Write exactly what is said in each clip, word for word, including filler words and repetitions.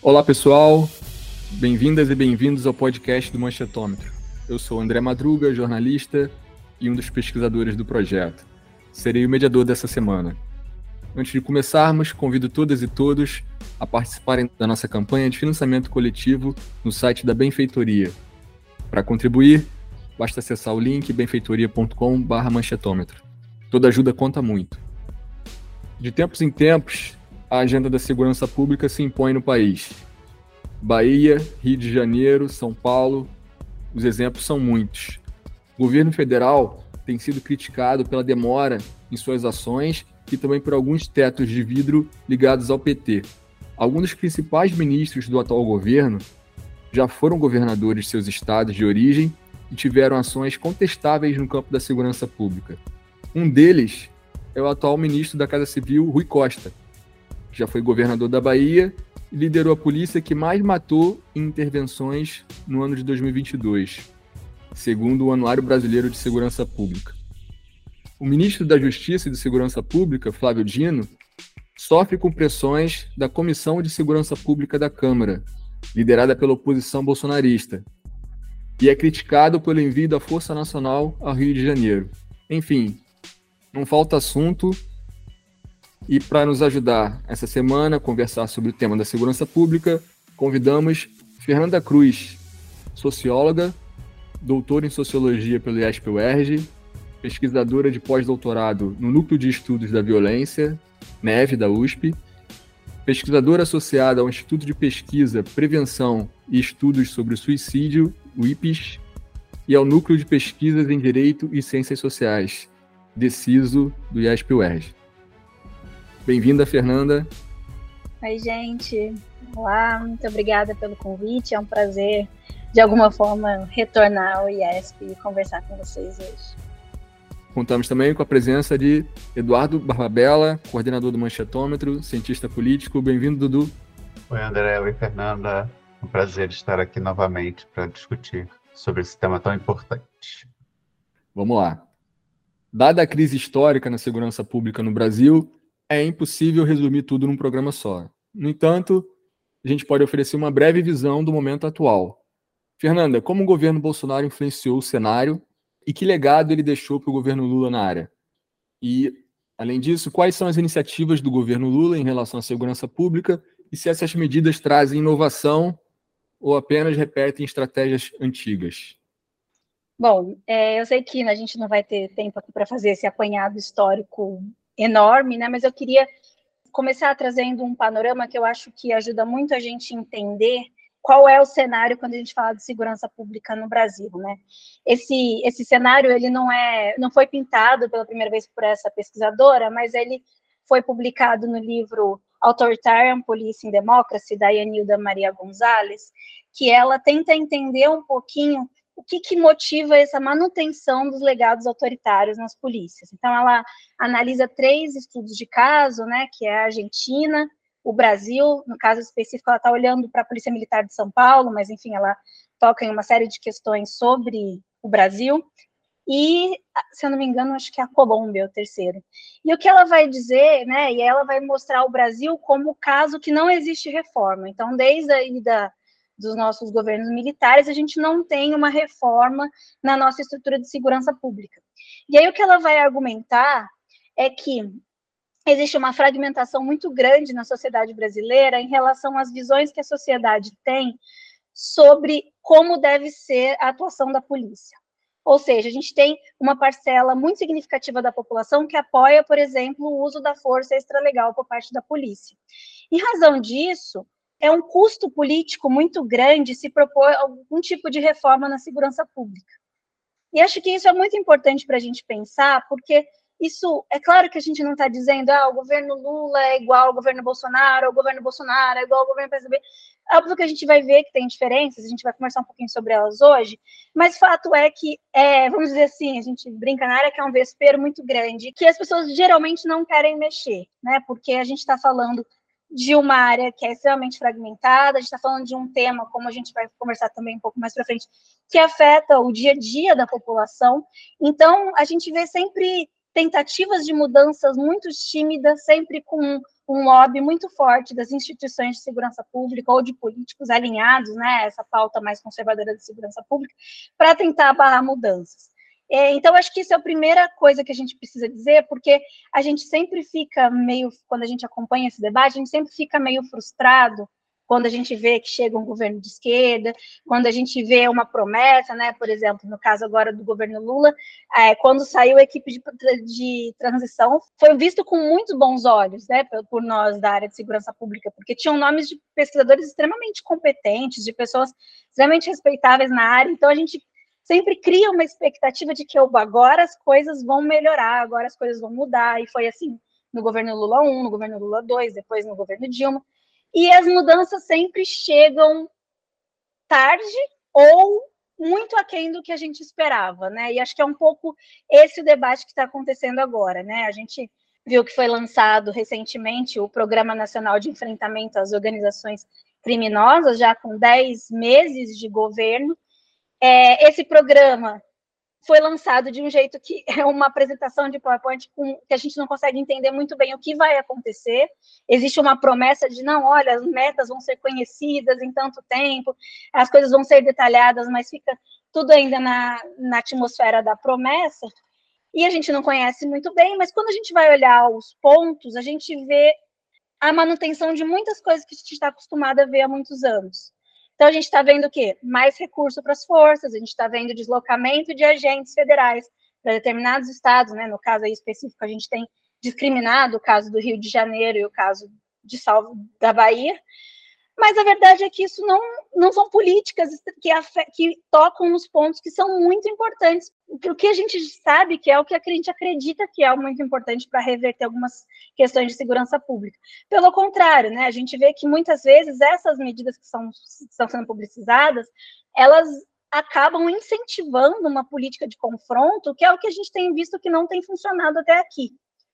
Olá, pessoal. Bem-vindas e bem-vindos ao podcast do Manchetômetro. Eu sou André Madruga, jornalista e um dos pesquisadores do projeto. Serei o mediador dessa semana. Antes de começarmos, convido todas e todos a participarem da nossa campanha de financiamento coletivo no site da Benfeitoria. Para contribuir, basta acessar o link benfeitoria ponto com barra manchetômetro. Toda ajuda conta muito. De tempos em tempos, a agenda da segurança pública se impõe no país. Bahia, Rio de Janeiro, São Paulo, os exemplos são muitos. O governo federal tem sido criticado pela demora em suas ações e também por alguns tetos de vidro ligados ao P T. Alguns dos principais ministros do atual governo já foram governadores de seus estados de origem e tiveram ações contestáveis no campo da segurança pública. Um deles é o atual ministro da Casa Civil, Rui Costa, que já foi governador da Bahia e liderou a polícia que mais matou em intervenções no ano de dois mil e vinte e dois, segundo o Anuário Brasileiro de Segurança Pública. O ministro da Justiça e de Segurança Pública, Flávio Dino, sofre com pressões da Comissão de Segurança Pública da Câmara, liderada pela oposição bolsonarista, e é criticado pelo envio da Força Nacional ao Rio de Janeiro. Enfim, não falta assunto. E para nos ajudar essa semana a conversar sobre o tema da segurança pública, convidamos Fernanda Cruz, socióloga, doutora em Sociologia pelo I E S P-U E R J, pesquisadora de pós-doutorado no Núcleo de Estudos da Violência, NEV, da U S P, pesquisadora associada ao Instituto de Pesquisa, Prevenção e Estudos sobre o Suicídio, o I P E S, e ao Núcleo de Pesquisas em Direito e Ciências Sociais, DECISO, do I E S P-U E R J. Bem-vinda, Fernanda. Oi, gente. Olá, muito obrigada pelo convite. É um prazer, de alguma forma, retornar ao I E S P e conversar com vocês hoje. Contamos também com a presença de Eduardo Barbabella, coordenador do Manchetômetro, cientista político. Bem-vindo, Dudu. Oi, André. Oi, Fernanda. É um prazer estar aqui novamente para discutir sobre esse tema tão importante. Vamos lá. Dada a crise histórica na segurança pública no Brasil, é impossível resumir tudo num programa só. No entanto, a gente pode oferecer uma breve visão do momento atual. Fernanda, como o governo Bolsonaro influenciou o cenário e que legado ele deixou para o governo Lula na área? E, além disso, quais são as iniciativas do governo Lula em relação à segurança pública e se essas medidas trazem inovação ou apenas repetem estratégias antigas? Bom, é, eu sei que a gente não vai ter tempo aqui para fazer esse apanhado histórico enorme, né? Mas eu queria começar trazendo um panorama que eu acho que ajuda muito a gente entender qual é o cenário quando a gente fala de segurança pública no Brasil, né? Esse esse cenário ele não é não foi pintado pela primeira vez por essa pesquisadora, mas ele foi publicado no livro Authoritarian Policing Democracy da Yanilda Maria Gonzalez, que ela tenta entender um pouquinho o que, que motiva essa manutenção dos legados autoritários nas polícias. Então, ela analisa três estudos de caso, né, que é a Argentina, o Brasil, no caso específico, ela está olhando para a Polícia Militar de São Paulo, mas, enfim, ela toca em uma série de questões sobre o Brasil, e, se eu não me engano, acho que é a Colômbia, o terceiro. E o que ela vai dizer, né, e ela vai mostrar o Brasil como o caso que não existe reforma. Então, desde a ida dos nossos governos militares, a gente não tem uma reforma na nossa estrutura de segurança pública. E aí o que ela vai argumentar é que existe uma fragmentação muito grande na sociedade brasileira em relação às visões que a sociedade tem sobre como deve ser a atuação da polícia. Ou seja, a gente tem uma parcela muito significativa da população que apoia, por exemplo, o uso da força extralegal por parte da polícia. Em razão disso, é um custo político muito grande se propor algum tipo de reforma na segurança pública. E acho que isso é muito importante para a gente pensar, porque isso, é claro que a gente não está dizendo, ah, o governo Lula é igual ao governo Bolsonaro, ou o governo Bolsonaro é igual ao governo P S D B. É óbvio que a gente vai ver que tem diferenças, a gente vai conversar um pouquinho sobre elas hoje, mas fato é que, é, vamos dizer assim, a gente brinca na área que é um vespeiro muito grande, que as pessoas geralmente não querem mexer, né, porque a gente está falando de uma área que é extremamente fragmentada, a gente está falando de um tema, como a gente vai conversar também um pouco mais para frente, que afeta o dia a dia da população. Então, a gente vê sempre tentativas de mudanças muito tímidas, sempre com um lobby muito forte das instituições de segurança pública ou de políticos alinhados, né, essa pauta mais conservadora de segurança pública, para tentar barrar mudanças. É, então, acho que isso é a primeira coisa que a gente precisa dizer, porque a gente sempre fica meio, quando a gente acompanha esse debate, a gente sempre fica meio frustrado quando a gente vê que chega um governo de esquerda, quando a gente vê uma promessa, né, por exemplo, no caso agora do governo Lula, é, quando saiu a equipe de, de transição, foi visto com muitos bons olhos, né, por nós da área de segurança pública, porque tinham nomes de pesquisadores extremamente competentes, de pessoas extremamente respeitáveis na área, então a gente sempre cria uma expectativa de que agora as coisas vão melhorar, agora as coisas vão mudar, e foi assim no governo Lula um, no governo Lula dois, depois no governo Dilma, e as mudanças sempre chegam tarde ou muito aquém do que a gente esperava, né? E acho que é um pouco esse o debate que está acontecendo agora, né? A gente viu que foi lançado recentemente o Programa Nacional de Enfrentamento às Organizações Criminosas, já com dez meses de governo. É, esse programa foi lançado de um jeito que é uma apresentação de PowerPoint com, que a gente não consegue entender muito bem o que vai acontecer. Existe uma promessa de, não, olha, as metas vão ser conhecidas em tanto tempo, as coisas vão ser detalhadas, mas fica tudo ainda na, na atmosfera da promessa, e a gente não conhece muito bem, mas quando a gente vai olhar os pontos, a gente vê a manutenção de muitas coisas que a gente está acostumado a ver há muitos anos. Então, a gente está vendo o quê? Mais recurso para as forças, a gente está vendo deslocamento de agentes federais para determinados estados, né? No caso aí específico, a gente tem discriminado o caso do Rio de Janeiro e o caso de Salvo da Bahia, mas a verdade é que isso não, não são políticas que, que tocam nos pontos que são muito importantes, porque a gente sabe que é o que a gente acredita que é muito importante para reverter algumas questões de segurança pública. Pelo contrário, né, a gente vê que muitas vezes essas medidas que são, estão sendo publicizadas, elas acabam incentivando uma política de confronto, que é o que a gente tem visto que não tem funcionado até aqui.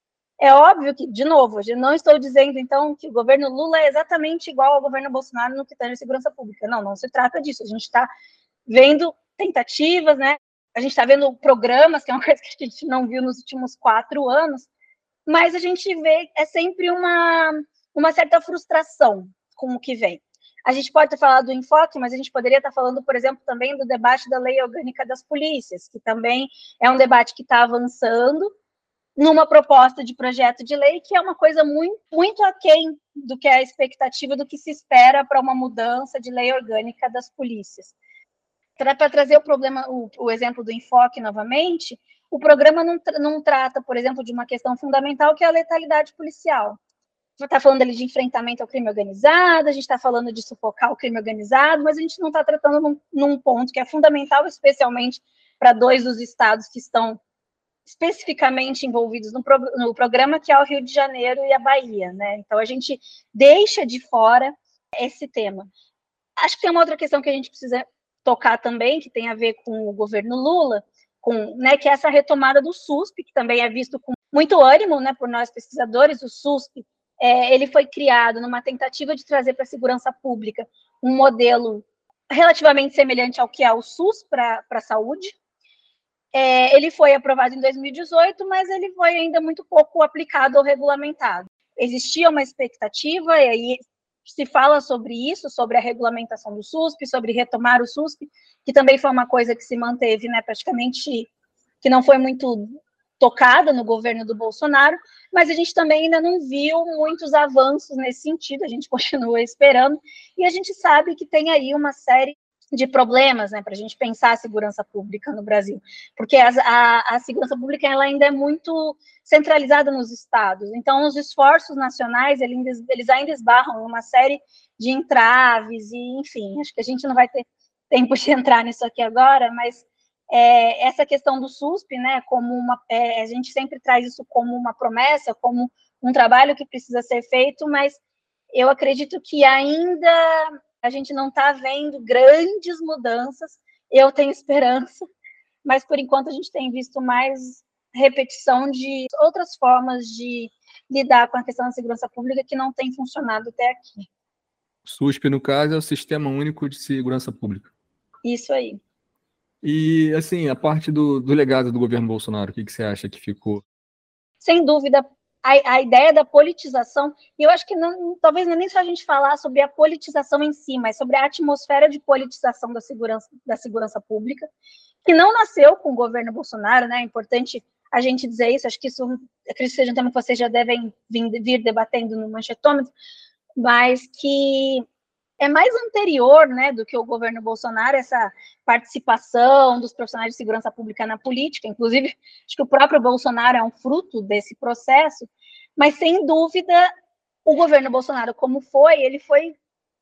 É óbvio que, de novo, eu não estou dizendo, então, que o governo Lula é exatamente igual ao governo Bolsonaro no que tange a segurança pública. Não, não se trata disso. A gente está vendo tentativas, né? A gente está vendo programas, que é uma coisa que a gente não viu nos últimos quatro anos, mas a gente vê, é sempre uma, uma certa frustração com o que vem. A gente pode ter falado do enfoque, mas a gente poderia estar falando, por exemplo, também do debate da lei orgânica das polícias, que também é um debate que está avançando, numa proposta de projeto de lei que é uma coisa muito, muito aquém do que é a expectativa do que se espera para uma mudança de lei orgânica das polícias. Para trazer o problema, o, o exemplo do enfoque novamente, o programa não, não trata, por exemplo, de uma questão fundamental que é a letalidade policial. A gente está falando ali de enfrentamento ao crime organizado, a gente está falando de sufocar o crime organizado, mas a gente não está tratando num, num ponto que é fundamental, especialmente para dois dos estados que estão especificamente envolvidos no, pro, no programa, que é o Rio de Janeiro e a Bahia, né? Então, a gente deixa de fora esse tema. Acho que tem uma outra questão que a gente precisa tocar também, que tem a ver com o governo Lula, com, né, que é essa retomada do SUSP, que também é visto com muito ânimo, né, por nós pesquisadores. O SUSP, é, ele foi criado numa tentativa de trazer para a segurança pública um modelo relativamente semelhante ao que é o SUS para a saúde. É, ele foi aprovado em dois mil e dezoito, mas ele foi ainda muito pouco aplicado ou regulamentado. Existia uma expectativa, e aí se fala sobre isso, sobre a regulamentação do SUSP, sobre retomar o SUSP, que também foi uma coisa que se manteve, né, praticamente, que não foi muito tocada no governo do Bolsonaro, mas a gente também ainda não viu muitos avanços nesse sentido, a gente continua esperando, e a gente sabe que tem aí uma série de problemas, né, para a gente pensar a segurança pública no Brasil, porque a, a, a segurança pública ela ainda é muito centralizada nos estados, então os esforços nacionais eles, eles ainda esbarram em uma série de entraves, e enfim, acho que a gente não vai ter tempo de entrar nisso aqui agora, mas é, essa questão do SUSP, né, como uma, é, a gente sempre traz isso como uma promessa, como um trabalho que precisa ser feito, mas eu acredito que ainda a gente não está vendo grandes mudanças. Eu tenho esperança, mas por enquanto a gente tem visto mais repetição de outras formas de lidar com a questão da segurança pública que não tem funcionado até aqui. SUSP, no caso, é o Sistema Único de Segurança Pública. Isso aí. E, assim, a parte do, do legado do governo Bolsonaro, o que, que você acha que ficou? Sem dúvida, a, a ideia da politização, e eu acho que não, talvez não é nem só a gente falar sobre a politização em si, mas sobre a atmosfera de politização da segurança, da segurança pública, que não nasceu com o governo Bolsonaro, né? É importante a gente dizer isso, acho que isso acredito que seja um tema que vocês já devem vir, vir debatendo no Manchetômetro, mas que é mais anterior, né, do que o governo Bolsonaro, essa participação dos profissionais de segurança pública na política, inclusive, acho que o próprio Bolsonaro é um fruto desse processo, mas, sem dúvida, o governo Bolsonaro, como foi, ele foi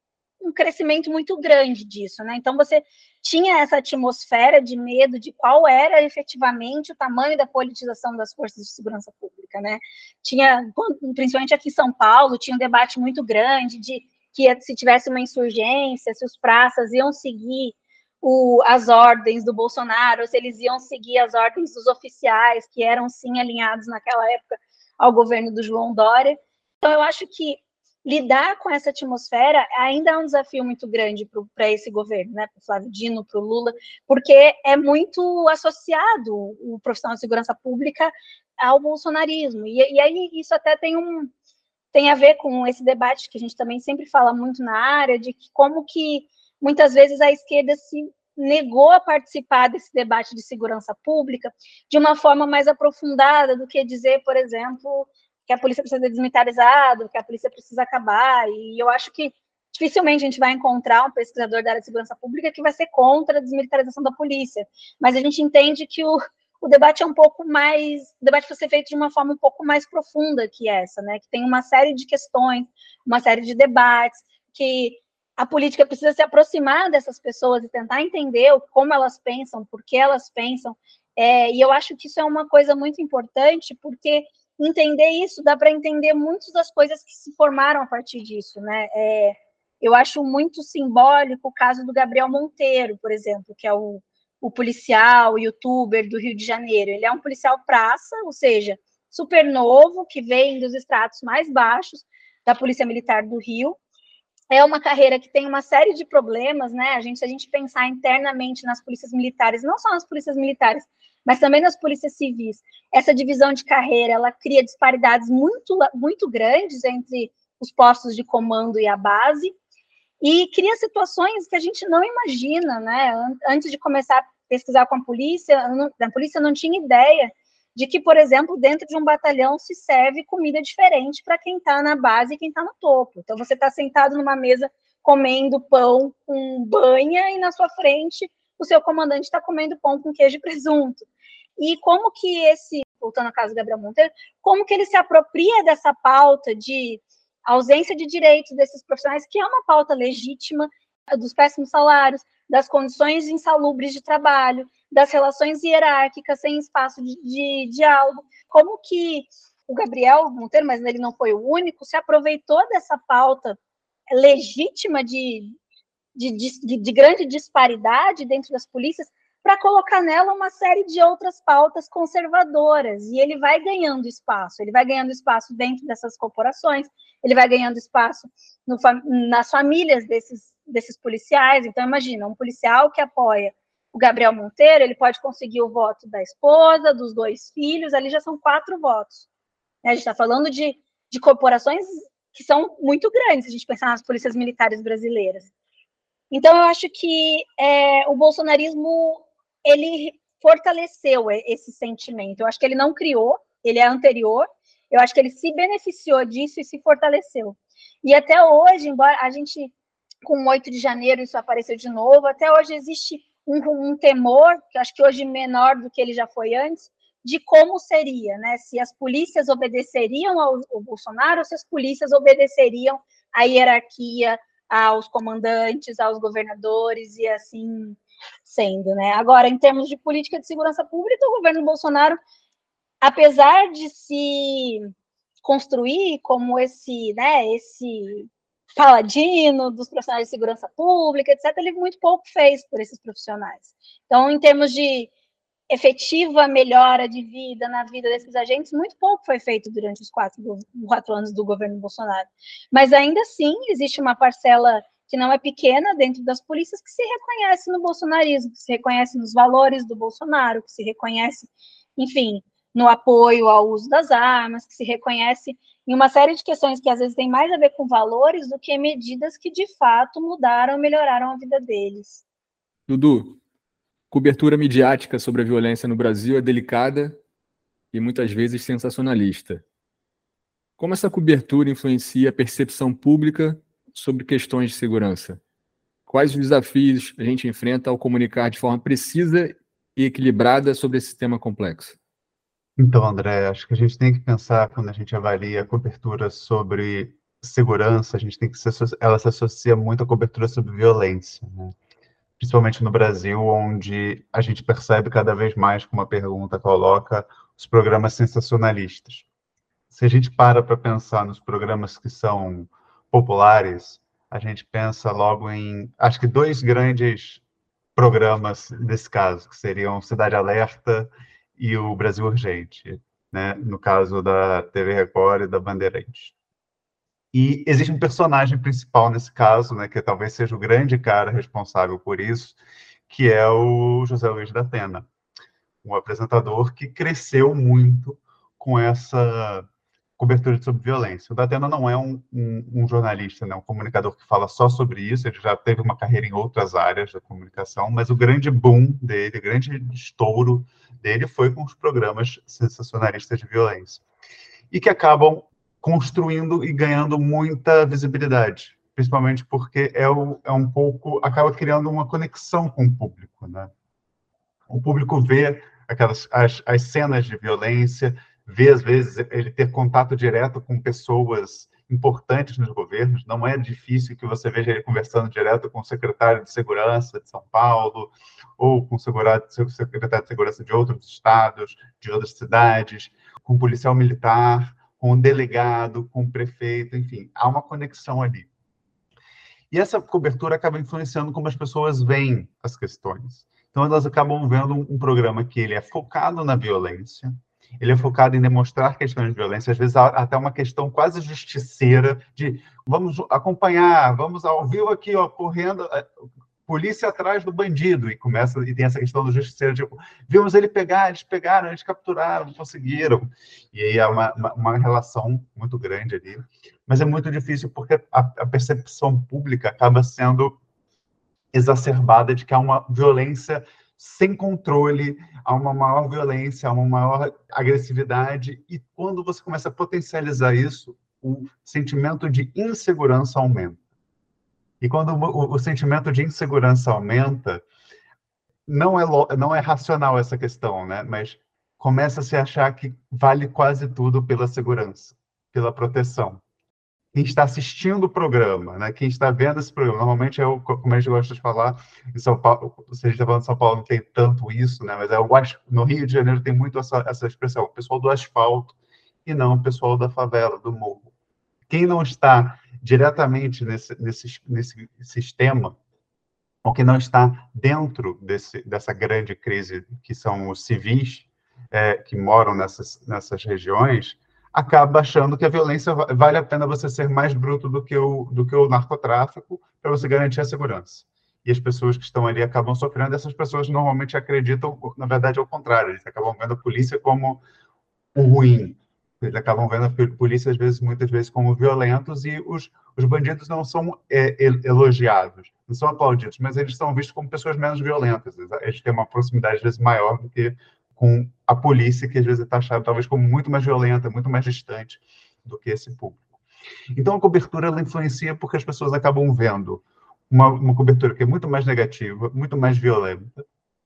um crescimento muito grande disso, né? Então, você tinha essa atmosfera de medo de qual era efetivamente o tamanho da politização das forças de segurança pública, né? Tinha, principalmente aqui em São Paulo, tinha um debate muito grande de que se tivesse uma insurgência, se os praças iam seguir o, as ordens do Bolsonaro, se eles iam seguir as ordens dos oficiais, que eram, sim, alinhados naquela época ao governo do João Dória. Então, eu acho que lidar com essa atmosfera ainda é um desafio muito grande para esse governo, né, para o Flávio Dino, para o Lula, porque é muito associado o profissional de segurança pública ao bolsonarismo. E, e aí isso até tem um tem a ver com esse debate que a gente também sempre fala muito na área, de que como que muitas vezes a esquerda se negou a participar desse debate de segurança pública de uma forma mais aprofundada do que dizer, por exemplo, que a polícia precisa ser desmilitarizada, que a polícia precisa acabar, e eu acho que dificilmente a gente vai encontrar um pesquisador da área de segurança pública que vai ser contra a desmilitarização da polícia, mas a gente entende que o o debate é um pouco mais, o debate precisa ser feito de uma forma um pouco mais profunda que essa, né, que tem uma série de questões, uma série de debates, que a política precisa se aproximar dessas pessoas e tentar entender como elas pensam, por que elas pensam, é, e eu acho que isso é uma coisa muito importante, porque entender isso dá para entender muitas das coisas que se formaram a partir disso, né, é, eu acho muito simbólico o caso do Gabriel Monteiro, por exemplo, que é o o policial, o youtuber do Rio de Janeiro. Ele é um policial praça, ou seja, super novo, que vem dos estratos mais baixos da Polícia Militar do Rio. É uma carreira que tem uma série de problemas, né? A gente, se a gente pensar internamente nas polícias militares, não só nas polícias militares, mas também nas polícias civis, essa divisão de carreira, ela cria disparidades muito, muito grandes entre os postos de comando e a base, e cria situações que a gente não imagina, né? Antes de começar a pesquisar com a polícia, a polícia não tinha ideia de que, por exemplo, dentro de um batalhão se serve comida diferente para quem está na base e quem está no topo. Então, você está sentado numa mesa comendo pão com banha e na sua frente o seu comandante está comendo pão com queijo e presunto. E como que esse, voltando ao caso do Gabriel Monteiro, como que ele se apropria dessa pauta de ausência de direitos desses profissionais, que é uma pauta legítima, dos péssimos salários, das condições insalubres de trabalho, das relações hierárquicas sem espaço de, de diálogo. Como que o Gabriel Monteiro, mas ele não foi o único, se aproveitou dessa pauta legítima de, de, de, de grande disparidade dentro das polícias para colocar nela uma série de outras pautas conservadoras, e ele vai ganhando espaço, ele vai ganhando espaço dentro dessas corporações, ele vai ganhando espaço no, nas famílias desses, desses policiais. Então, imagina, um policial que apoia o Gabriel Monteiro, ele pode conseguir o voto da esposa, dos dois filhos, ali já são quatro votos. A gente está falando de, de corporações que são muito grandes, se a gente pensar nas polícias militares brasileiras. Então, eu acho que é, o bolsonarismo, ele fortaleceu esse sentimento. Eu acho que ele não criou, ele é anterior, eu acho que ele se beneficiou disso e se fortaleceu. E até hoje, embora a gente, com o oito de janeiro, isso apareceu de novo, até hoje existe um, um temor, que eu acho que hoje menor do que ele já foi antes, de como seria, né? Se as polícias obedeceriam ao, ao Bolsonaro ou se as polícias obedeceriam à hierarquia, aos comandantes, aos governadores e assim sendo, né? Agora, em termos de política de segurança pública, o governo Bolsonaro, apesar de se construir como esse, né, esse paladino dos profissionais de segurança pública, etcétera, ele muito pouco fez por esses profissionais. Então, em termos de efetiva melhora de vida na vida desses agentes, muito pouco foi feito durante os quatro, quatro anos do governo Bolsonaro. Mas ainda assim, existe uma parcela que não é pequena dentro das polícias que se reconhece no bolsonarismo, que se reconhece nos valores do Bolsonaro, que se reconhece, enfim, no apoio ao uso das armas, que se reconhece em uma série de questões que às vezes tem mais a ver com valores do que medidas que de fato mudaram, melhoraram a vida deles. Dudu, cobertura midiática sobre a violência no Brasil é delicada e muitas vezes sensacionalista. Como essa cobertura influencia a percepção pública sobre questões de segurança? Quais os desafios a gente enfrenta ao comunicar de forma precisa e equilibrada sobre esse tema complexo? Então, André, acho que a gente tem que pensar, quando a gente avalia a cobertura sobre segurança, a gente tem que se associa, ela se associa muito à cobertura sobre violência, né? Principalmente no Brasil, onde a gente percebe cada vez mais, como a pergunta coloca, os programas sensacionalistas. Se a gente para para pensar nos programas que são populares, a gente pensa logo em, acho que dois grandes programas nesse caso, que seriam Cidade Alerta e o Brasil Urgente, né? No caso da T V Record e da Bandeirantes. E existe um personagem principal nesse caso, né, que talvez seja o grande cara responsável por isso, que é o José Luiz da Atena, um apresentador que cresceu muito com essa cobertura sobre violência. O da Atena não é um, um, um jornalista, né, um comunicador que fala só sobre isso, ele já teve uma carreira em outras áreas da comunicação, mas o grande boom dele, o grande estouro dele foi com os programas sensacionalistas de violência, e que acabam construindo e ganhando muita visibilidade, principalmente porque é, o, é um pouco, acaba criando uma conexão com o público, né? O público vê aquelas, as, as cenas de violência, vê, às vezes, ele ter contato direto com pessoas importantes nos governos. Não é difícil que você veja ele conversando direto com o secretário de Segurança de São Paulo, ou com o secretário de Segurança de outros estados, de outras cidades, com o policial militar, com o delegado, com o prefeito, enfim, há uma conexão ali. E essa cobertura acaba influenciando como as pessoas veem as questões. Então, elas acabam vendo um, um programa que ele é focado na violência, ele é focado em demonstrar questões de violência, às vezes até uma questão quase justiceira, de vamos acompanhar, vamos ao vivo aqui, ó, correndo, polícia atrás do bandido, e começa, e tem essa questão do justiceiro, tipo, vimos ele pegar, eles pegaram, eles capturaram, conseguiram, e aí há uma, uma, uma relação muito grande ali, mas é muito difícil porque a, a percepção pública acaba sendo exacerbada de que há uma violência sem controle, há uma maior violência, há uma maior agressividade, e quando você começa a potencializar isso, o sentimento de insegurança aumenta. E quando o, o sentimento de insegurança aumenta, não é, não é racional essa questão, né? Mas começa a se achar que vale quase tudo pela segurança, pela proteção. Quem está assistindo o programa, né? Quem está vendo esse programa, normalmente é o, como a gente gosta de falar, em São Paulo, se a gente está falando de São Paulo, não tem tanto isso, né? Mas é, eu acho, no Rio de Janeiro tem muito essa, essa expressão, o pessoal do asfalto e não o pessoal da favela, do morro. Quem não está diretamente nesse, nesse, nesse sistema, ou que não está dentro desse, dessa grande crise, que são os civis é, que moram nessas, nessas regiões, acaba achando que a violência vale a pena você ser mais bruto do que o, do que o narcotráfico para você garantir a segurança. E as pessoas que estão ali acabam sofrendo, essas pessoas normalmente acreditam, na verdade, ao contrário, eles acabam vendo a polícia como o ruim. Eles acabam vendo a polícia, às vezes, muitas vezes, como violentos, e os, os bandidos não são é, elogiados, não são aplaudidos, mas eles são vistos como pessoas menos violentas. Eles têm uma proximidade, às vezes, maior do que com a polícia, que às vezes é taxada, talvez, como muito mais violenta, muito mais distante do que esse público. Então, a cobertura, ela influencia porque as pessoas acabam vendo uma, uma cobertura que é muito mais negativa, muito mais violenta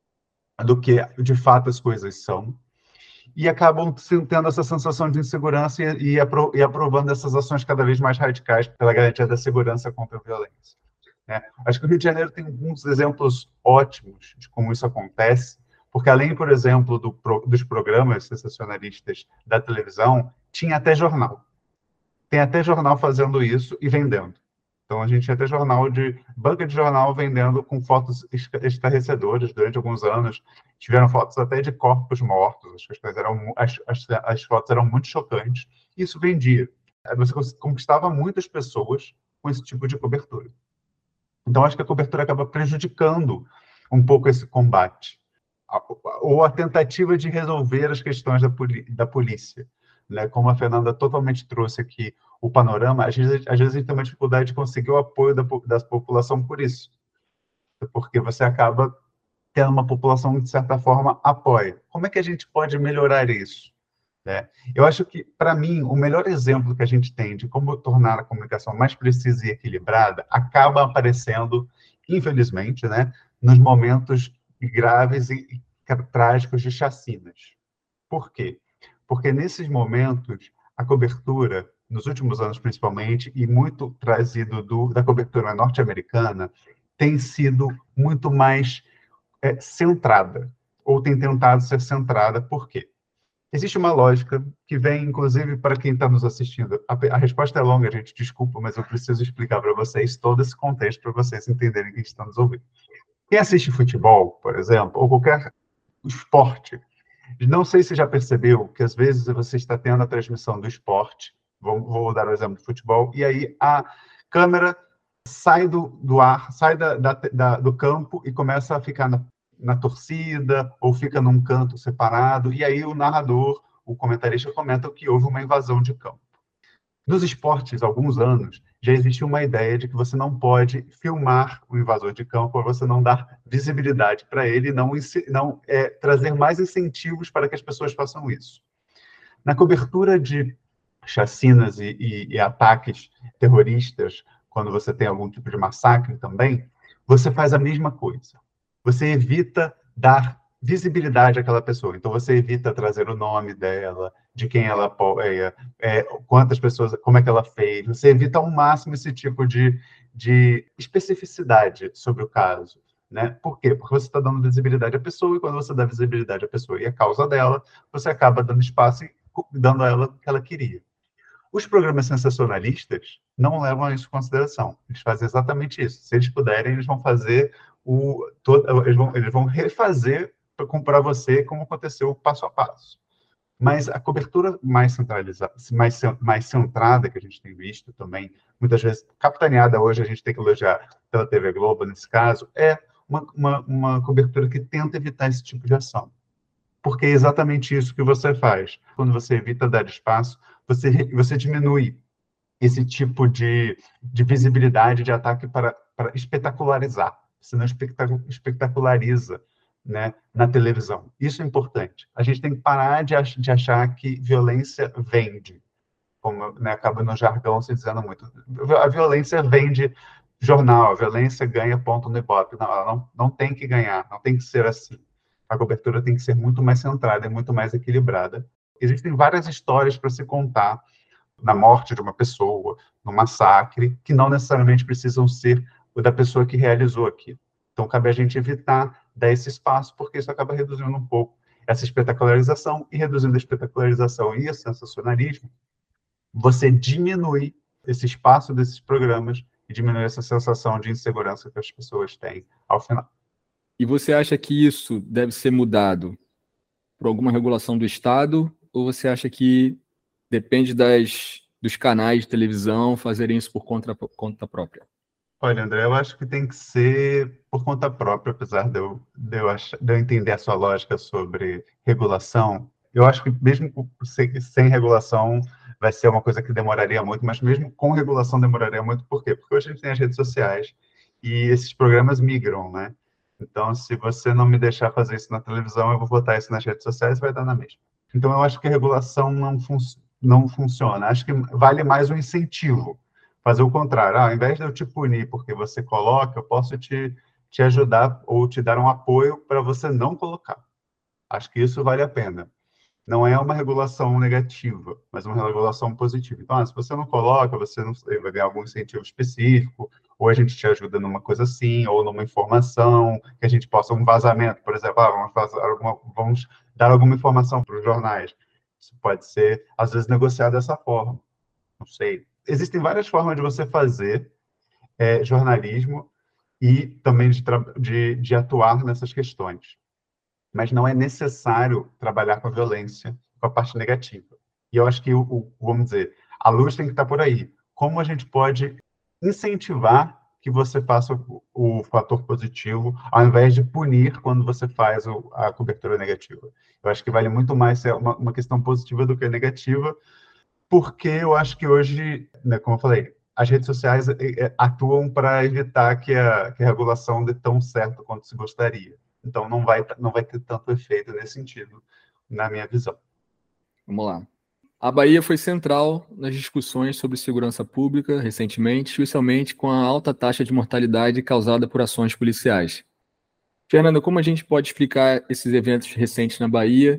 do que, de fato, as coisas são, e acabam tendo essa sensação de insegurança e, e, apro e aprovando essas ações cada vez mais radicais pela garantia da segurança contra a violência. Né? Acho que o Rio de Janeiro tem alguns exemplos ótimos de como isso acontece, porque além, por exemplo, do, dos programas sensacionalistas da televisão, tinha até jornal. Tem até jornal fazendo isso e vendendo. Então, a gente tinha até jornal de banca de jornal vendendo com fotos estarrecedoras durante alguns anos. Tiveram fotos até de corpos mortos. As, coisas eram, as, as, as fotos eram muito chocantes. E isso vendia. Você conquistava muitas pessoas com esse tipo de cobertura. Então, acho que a cobertura acaba prejudicando um pouco esse combate ou a tentativa de resolver as questões da, da polícia, né? Como a Fernanda totalmente trouxe aqui o panorama, às vezes, às vezes a gente tem uma dificuldade de conseguir o apoio da, da população por isso, porque você acaba tendo uma população que, de certa forma, apoia. Como é que a gente pode melhorar isso? Né? Eu acho que, para mim, o melhor exemplo que a gente tem de como tornar a comunicação mais precisa e equilibrada acaba aparecendo, infelizmente, né, nos momentos graves e trágicos de chacinas. Por quê? Porque nesses momentos, a cobertura, nos últimos anos principalmente, e muito trazido do, da cobertura norte-americana, tem sido muito mais é, centrada, ou tem tentado ser centrada. Por quê? Existe uma lógica que vem, inclusive, para quem está nos assistindo. A, a resposta é longa, gente, desculpa, mas eu preciso explicar para vocês todo esse contexto para vocês entenderem quem está nos ouvindo. Quem assiste futebol, por exemplo, ou qualquer esporte, não sei se já percebeu que, às vezes, você está tendo a transmissão do esporte, vou, vou dar o exemplo do futebol, e aí a câmera sai do, do ar, sai da, da, da, do campo e começa a ficar na na torcida, ou fica num canto separado, e aí o narrador, o comentarista comenta que houve uma invasão de campo. Nos esportes, há alguns anos, já existe uma ideia de que você não pode filmar o invasor de campo, para você não dar visibilidade para ele e não, não é, trazer mais incentivos para que as pessoas façam isso. Na cobertura de chacinas e, e, e ataques terroristas, quando você tem algum tipo de massacre também, você faz a mesma coisa. Você evita dar visibilidade àquela pessoa. Então, você evita trazer o nome dela, de quem ela apoia, é, quantas pessoas, como é que ela fez. Você evita ao máximo esse tipo de, de especificidade sobre o caso. Né? Por quê? Porque você está dando visibilidade à pessoa, e quando você dá visibilidade à pessoa e à causa dela, você acaba dando espaço e dando a ela o que ela queria. Os programas sensacionalistas não levam isso em consideração. Eles fazem exatamente isso. Se eles puderem, eles vão fazer o... Todo, eles, vão, eles vão refazer para você como aconteceu passo a passo. Mas a cobertura mais centralizada, mais, mais centrada que a gente tem visto também, muitas vezes capitaneada hoje, a gente tem que elogiar pela T V Globo, nesse caso, é uma, uma, uma cobertura que tenta evitar esse tipo de ação. Porque é exatamente isso que você faz. Quando você evita dar espaço, você, você diminui esse tipo de, de visibilidade de ataque para, para espetacularizar. Você não espetaculariza, né, na televisão. Isso é importante. A gente tem que parar de, ach, de achar que violência vende, como, né, acaba no jargão se dizendo muito. A violência vende jornal, a violência ganha ponto no Ibope. Não, ela não, não tem que ganhar, não tem que ser assim. A cobertura tem que ser muito mais centrada e muito mais equilibrada. Existem várias histórias para se contar na morte de uma pessoa, no massacre, que não necessariamente precisam ser o da pessoa que realizou aquilo. Então, cabe a gente evitar dar esse espaço, porque isso acaba reduzindo um pouco essa espetacularização, e reduzindo a espetacularização e o sensacionalismo, você diminui esse espaço desses programas e diminui essa sensação de insegurança que as pessoas têm ao final. E você acha que isso deve ser mudado por alguma regulação do Estado, ou você acha que depende das, dos canais de televisão fazerem isso por conta, conta própria? Olha, André, eu acho que tem que ser por conta própria, apesar de eu, de eu, achar, de eu entender a sua lógica sobre regulação. Eu acho que mesmo sem, sem regulação vai ser uma coisa que demoraria muito, mas mesmo com regulação demoraria muito. Por quê? Porque hoje a gente tem as redes sociais e esses programas migram, né? Então, se você não me deixar fazer isso na televisão, eu vou botar isso nas redes sociais e vai dar na mesma. Então, eu acho que a regulação não, fun não funciona. Acho que vale mais um incentivo. Fazer o contrário. Ah, ao invés de eu te punir porque você coloca, eu posso te, te ajudar ou te dar um apoio para você não colocar. Acho que isso vale a pena. Não é uma regulação negativa, mas uma regulação positiva. Então, ah, se você não coloca, você não vai ganhar algum incentivo específico, ou a gente te ajuda numa coisa assim, ou numa informação, que a gente possa, um vazamento, por exemplo, ah, vamos, fazer alguma, vamos dar alguma informação para os jornais. Isso pode ser, às vezes, negociado dessa forma. Não sei. Existem várias formas de você fazer é, jornalismo e também de, de, de atuar nessas questões. Mas não é necessário trabalhar com a violência, com a parte negativa. E eu acho que, o, o, vamos dizer, a luz tem que estar por aí. Como a gente pode incentivar que você faça o, o fator positivo, ao invés de punir quando você faz o, a cobertura negativa. Eu acho que vale muito mais ser uma, uma questão positiva do que negativa, porque eu acho que hoje, né, como eu falei, as redes sociais é, atuam para evitar que a, que a regulação dê tão certo quanto se gostaria. Então, não vai, não vai ter tanto efeito nesse sentido, na minha visão. Vamos lá. A Bahia foi central nas discussões sobre segurança pública recentemente, especialmente com a alta taxa de mortalidade causada por ações policiais. Fernanda, como a gente pode explicar esses eventos recentes na Bahia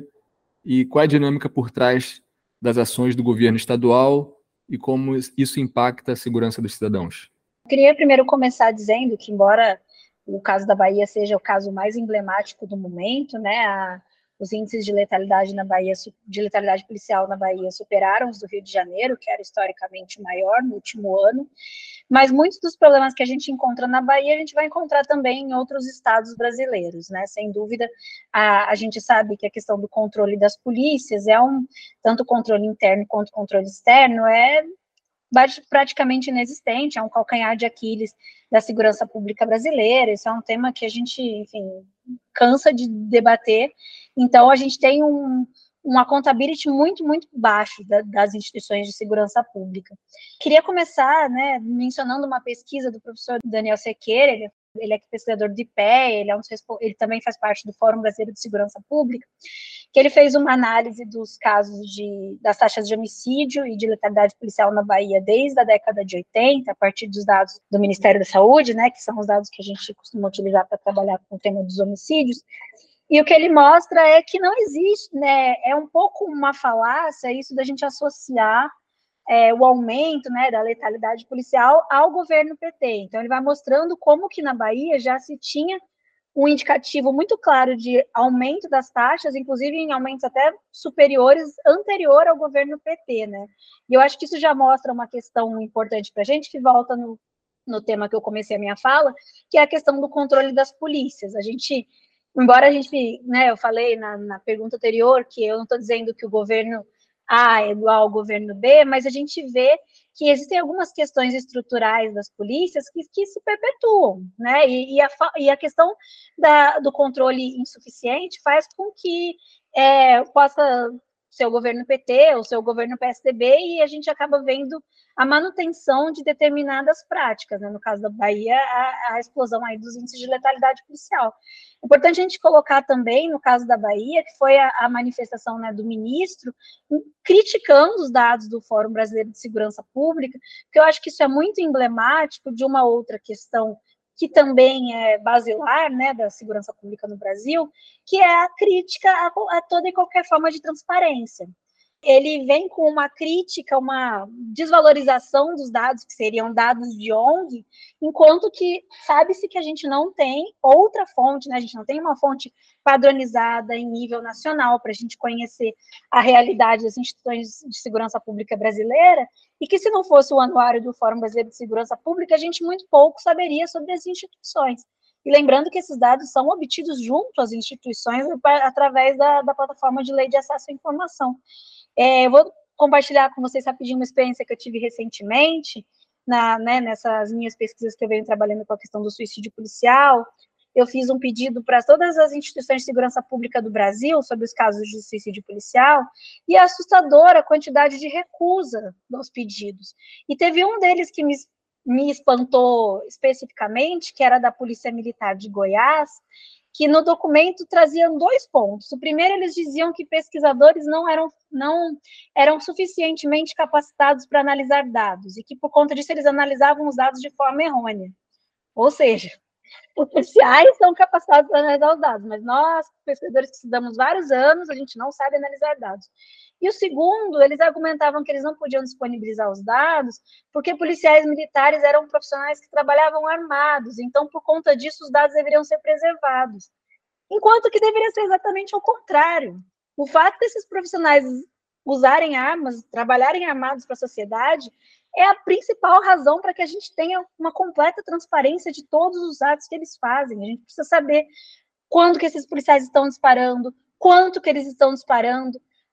e qual é a dinâmica por trás das ações do governo estadual e como isso impacta a segurança dos cidadãos? Eu queria primeiro começar dizendo que, embora o caso da Bahia seja o caso mais emblemático do momento, né, a os índices de letalidade na Bahia, de letalidade policial na Bahia superaram os do Rio de Janeiro, que era historicamente maior no último ano, mas muitos dos problemas que a gente encontra na Bahia, a gente vai encontrar também em outros estados brasileiros, né? Sem dúvida, a, a gente sabe que a questão do controle das polícias é um, tanto controle interno quanto controle externo, é praticamente inexistente, é um calcanhar de Aquiles da segurança pública brasileira, isso é um tema que a gente, enfim, cansa de debater, então a gente tem um, um accountability muito, muito baixo da, das instituições de segurança pública. Queria começar, né, mencionando uma pesquisa do professor Daniel Sequeira, ele, ele é pesquisador do I P E, ele, é um, ele também faz parte do Fórum Brasileiro de Segurança Pública, que ele fez uma análise dos casos de, das taxas de homicídio e de letalidade policial na Bahia desde a década de oitenta, a partir dos dados do Ministério da Saúde, né, que são os dados que a gente costuma utilizar para trabalhar com o tema dos homicídios, e o que ele mostra é que não existe, né, é um pouco uma falácia isso da gente associar é, o aumento, né, da letalidade policial ao governo P T. Então, ele vai mostrando como que na Bahia já se tinha um indicativo muito claro de aumento das taxas, inclusive em aumentos até superiores, anterior ao governo P T, né? E eu acho que isso já mostra uma questão importante para a gente, que volta no, no tema que eu comecei a minha fala, que é a questão do controle das polícias. A gente, embora a gente, né, eu falei na, na pergunta anterior que eu não estou dizendo que o governo A é igual ao governo B, mas a gente vê que existem algumas questões estruturais das polícias que, que se perpetuam, né? E, e, a, e a questão da, do controle insuficiente faz com que é, possa ser o governo P T ou ser o governo P S D B e a gente acaba vendo a manutenção de determinadas práticas, né? No caso da Bahia, a, a explosão aí dos índices de letalidade policial. É importante a gente colocar também, no caso da Bahia, que foi a, a manifestação, né, do ministro criticando os dados do Fórum Brasileiro de Segurança Pública, porque eu acho que isso é muito emblemático de uma outra questão que também é basilar, né, da segurança pública no Brasil, que é a crítica a, a toda e qualquer forma de transparência. Ele vem com uma crítica, uma desvalorização dos dados, que seriam dados de O N G, enquanto que sabe-se que a gente não tem outra fonte, né? A gente não tem uma fonte padronizada em nível nacional para a gente conhecer a realidade das instituições de segurança pública brasileira, e que se não fosse o anuário do Fórum Brasileiro de Segurança Pública, a gente muito pouco saberia sobre as instituições. E lembrando que esses dados são obtidos junto às instituições através da, da plataforma de lei de acesso à informação. É, eu vou compartilhar com vocês rapidinho uma experiência que eu tive recentemente, na, né, nessas minhas pesquisas que eu venho trabalhando com a questão do suicídio policial. Eu fiz um pedido para todas as instituições de segurança pública do Brasil sobre os casos de suicídio policial, e é assustadora a quantidade de recusa dos pedidos. E teve um deles que me, me espantou especificamente, que era da Polícia Militar de Goiás, que no documento traziam dois pontos. O primeiro, eles diziam que pesquisadores não eram, não eram suficientemente capacitados para analisar dados, e que, por conta disso, eles analisavam os dados de forma errônea. Ou seja, os policiais são capacitados para analisar os dados, mas nós, pesquisadores que estudamos vários anos, a gente não sabe analisar dados. E o segundo, eles argumentavam que eles não podiam disponibilizar os dados porque policiais militares eram profissionais que trabalhavam armados, então, por conta disso, os dados deveriam ser preservados. Enquanto que deveria ser exatamente ao contrário. O fato desses profissionais usarem armas, trabalharem armados para a sociedade, é a principal razão para que a gente tenha uma completa transparência de todos os atos que eles fazem. A gente precisa saber quando que esses policiais estão disparando, quanto que eles estão disparando,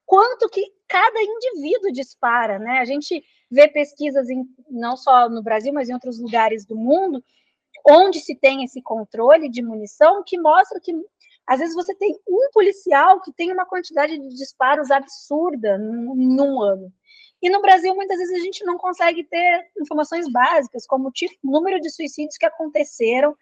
quanto que cada indivíduo dispara, né? A gente vê pesquisas em, não só no Brasil, mas em outros lugares do mundo, onde se tem esse controle de munição, que mostra que, às vezes, você tem um policial que tem uma quantidade de disparos absurda num, num ano. E no Brasil, muitas vezes, a gente não consegue ter informações básicas, como o tipo, número de suicídios que aconteceram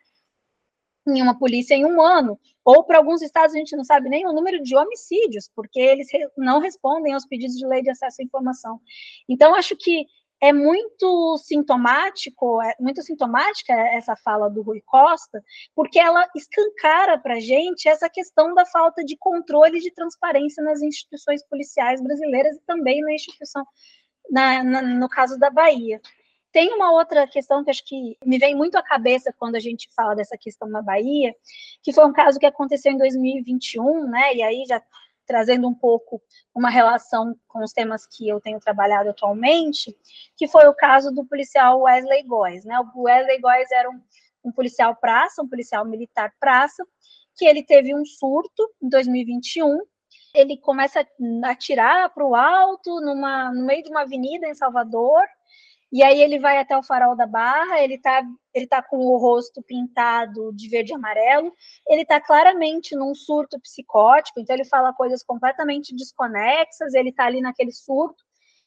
em uma polícia em um ano. Ou, para alguns estados, a gente não sabe nem o número de homicídios, porque eles não respondem aos pedidos de lei de acesso à informação. Então, acho que é muito sintomático, é muito sintomática essa fala do Rui Costa, porque ela escancara para a gente essa questão da falta de controle e de transparência nas instituições policiais brasileiras e também na instituição, na, na, no caso da Bahia. Tem uma outra questão que acho que me vem muito à cabeça quando a gente fala dessa questão na Bahia, que foi um caso que aconteceu em dois mil e vinte e um, né, e aí já trazendo um pouco uma relação com os temas que eu tenho trabalhado atualmente, que foi o caso do policial Wesley Góes, né? O Wesley Góes era um, um policial praça, um policial militar praça, que ele teve um surto em dois mil e vinte e um, ele começa a atirar para o alto, numa, no meio de uma avenida em Salvador, e aí ele vai até o Farol da Barra, ele está ele tá com o rosto pintado de verde e amarelo, ele está claramente num surto psicótico, então ele fala coisas completamente desconexas, ele está ali naquele surto,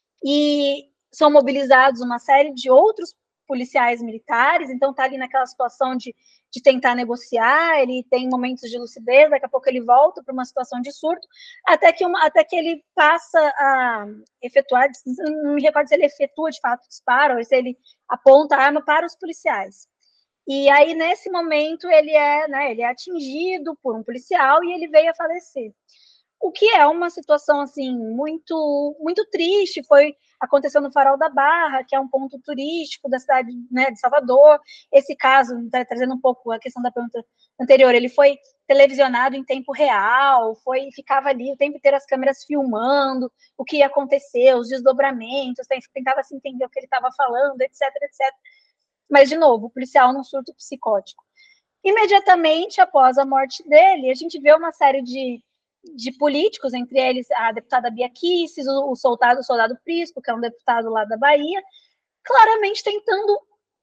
e são mobilizados uma série de outros policiais militares, então está ali naquela situação de, de tentar negociar, ele tem momentos de lucidez, daqui a pouco ele volta para uma situação de surto, até que, uma, até que ele passa a efetuar, não me recordo se ele efetua de fato o disparo, ou se ele aponta a arma para os policiais. E aí, nesse momento, ele é, né, ele é atingido por um policial e ele veio a falecer. O que é uma situação, assim, muito, muito triste, foi, aconteceu no Farol da Barra, que é um ponto turístico da cidade, né, de Salvador. Esse caso, tá trazendo um pouco a questão da pergunta anterior, ele foi televisionado em tempo real, foi, ficava ali o tempo inteiro as câmeras filmando o que ia acontecer, os desdobramentos, tentava se entender o que ele estava falando, etc, etcétera. Mas, de novo, o policial num surto psicótico. Imediatamente após a morte dele, a gente vê uma série de, de políticos, entre eles a deputada Bia Kicis, o, o, soldado, o soldado Prisco, que é um deputado lá da Bahia, claramente tentando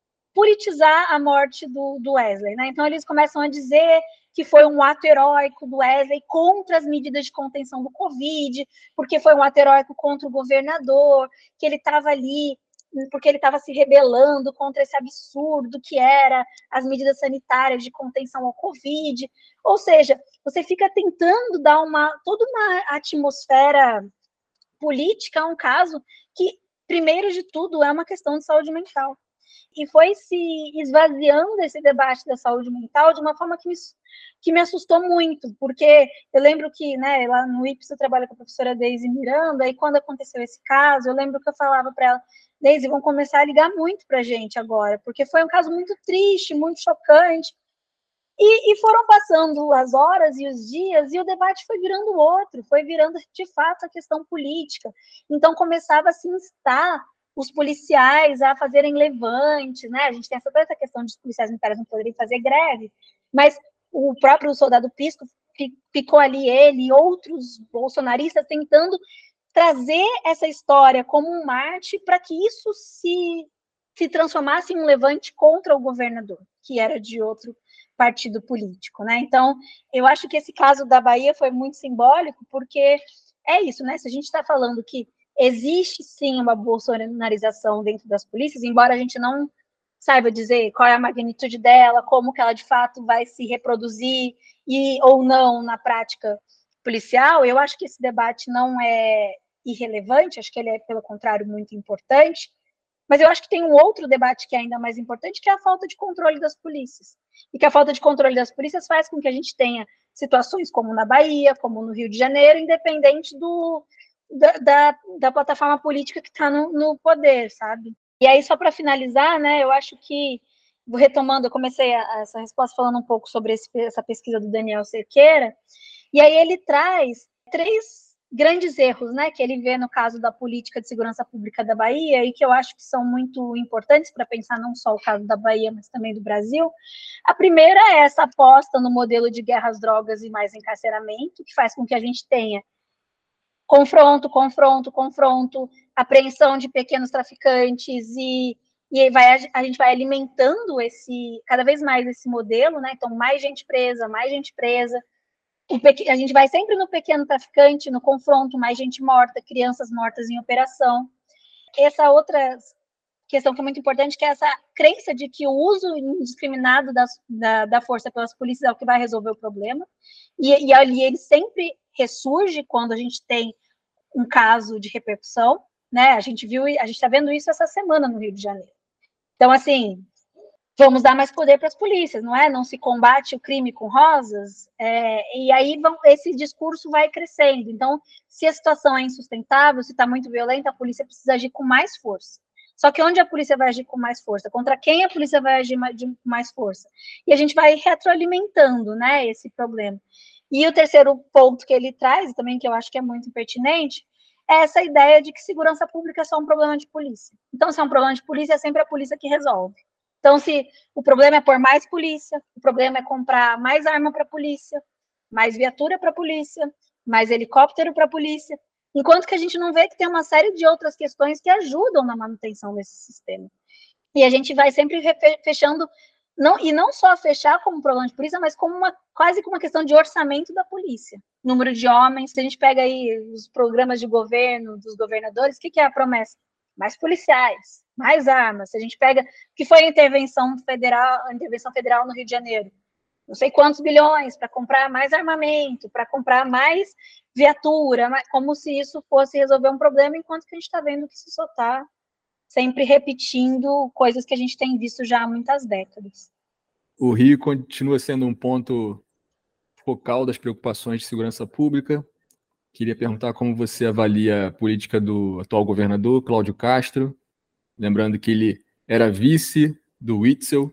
politizar a morte do, do Wesley, né? Então eles começam a dizer que foi um ato heróico do Wesley contra as medidas de contenção do Covid, porque foi um ato heróico contra o governador, que ele estava ali porque ele estava se rebelando contra esse absurdo que era as medidas sanitárias de contenção ao Covid. Ou seja, você fica tentando dar uma, toda uma atmosfera política a um caso que, primeiro de tudo, é uma questão de saúde mental. E foi se esvaziando esse debate da saúde mental de uma forma que me, que me assustou muito, porque eu lembro que, né, lá no I P S eu trabalho com a professora Deise Miranda, e quando aconteceu esse caso, eu lembro que eu falava para ela, Deise, vão começar a ligar muito para a gente agora, porque foi um caso muito triste, muito chocante, e, e foram passando as horas e os dias, e o debate foi virando outro, foi virando, de fato, a questão política. Então, começava a se instar os policiais a fazerem levantes, né? A gente tem essa, toda essa questão de os policiais militares não poderem fazer greve, mas o próprio soldado Pisco ficou ali, ele e outros bolsonaristas tentando trazer essa história como um mártir para que isso se, se transformasse em um levante contra o governador, que era de outro partido político, né? Então, eu acho que esse caso da Bahia foi muito simbólico, porque é isso, né? Se a gente está falando que existe sim uma bolsonarização dentro das polícias, embora a gente não saiba dizer qual é a magnitude dela, como que ela de fato vai se reproduzir e ou não na prática policial, eu acho que esse debate não é irrelevante, acho que ele é, pelo contrário, muito importante, mas eu acho que tem um outro debate que é ainda mais importante, que é a falta de controle das polícias. E que a falta de controle das polícias faz com que a gente tenha situações como na Bahia, como no Rio de Janeiro, independente do, da, da, da plataforma política que está no, no poder, sabe? E aí, só para finalizar, né, eu acho que, retomando, eu comecei a, essa resposta falando um pouco sobre esse, essa pesquisa do Daniel Cerqueira, e aí ele traz três grandes erros, né, que ele vê no caso da política de segurança pública da Bahia e que eu acho que são muito importantes para pensar não só o caso da Bahia, mas também do Brasil. A primeira é essa aposta no modelo de guerra às drogas e mais encarceramento, que faz com que a gente tenha confronto, confronto, confronto, apreensão de pequenos traficantes e, e vai, a gente vai alimentando esse, cada vez mais esse modelo, né? Então, mais gente presa, mais gente presa. O pequ... A gente vai sempre no pequeno traficante, no confronto, mais gente morta, crianças mortas em operação. Essa outra questão que é muito importante, que é essa crença de que o uso indiscriminado das, da, da força pelas polícias é o que vai resolver o problema. E, e ali ele sempre ressurge quando a gente tem um caso de repercussão, né? A gente viu, a gente está vendo isso essa semana no Rio de Janeiro. Então, assim, vamos dar mais poder para as polícias, não é? Não se combate o crime com rosas, é, e aí vão, esse discurso vai crescendo. Então, se a situação é insustentável, se está muito violenta, a polícia precisa agir com mais força. Só que onde a polícia vai agir com mais força? Contra quem a polícia vai agir com mais força? E a gente vai retroalimentando, né, esse problema. E o terceiro ponto que ele traz, também que eu acho que é muito pertinente, é essa ideia de que segurança pública é só um problema de polícia. Então, se é um problema de polícia, é sempre a polícia que resolve. Então, se o problema é pôr mais polícia, o problema é comprar mais arma para a polícia, mais viatura para a polícia, mais helicóptero para a polícia, enquanto que a gente não vê que tem uma série de outras questões que ajudam na manutenção desse sistema. E a gente vai sempre fechando, não, e não só fechar como problema de polícia, mas como uma, quase como uma questão de orçamento da polícia. Número de homens, se a gente pega aí os programas de governo dos governadores, o que, que é a promessa? Mais policiais, mais armas. Se a gente pega, que foi a intervenção federal, a intervenção federal no Rio de Janeiro, não sei quantos bilhões para comprar mais armamento, para comprar mais viatura, como se isso fosse resolver um problema, enquanto que a gente está vendo que isso só está sempre repetindo coisas que a gente tem visto já há muitas décadas. O Rio continua sendo um ponto focal das preocupações de segurança pública. Queria perguntar como você avalia a política do atual governador, Cláudio Castro, lembrando que ele era vice do Witzel,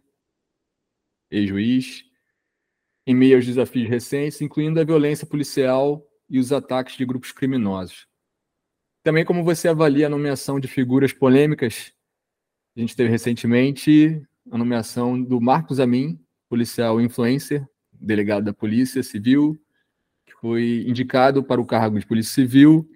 ex-juiz, em meio aos desafios recentes, incluindo a violência policial e os ataques de grupos criminosos. Também como você avalia a nomeação de figuras polêmicas. A gente teve recentemente a nomeação do Marcos Amin, policial influencer, delegado da Polícia Civil, que foi indicado para o cargo de Polícia Civil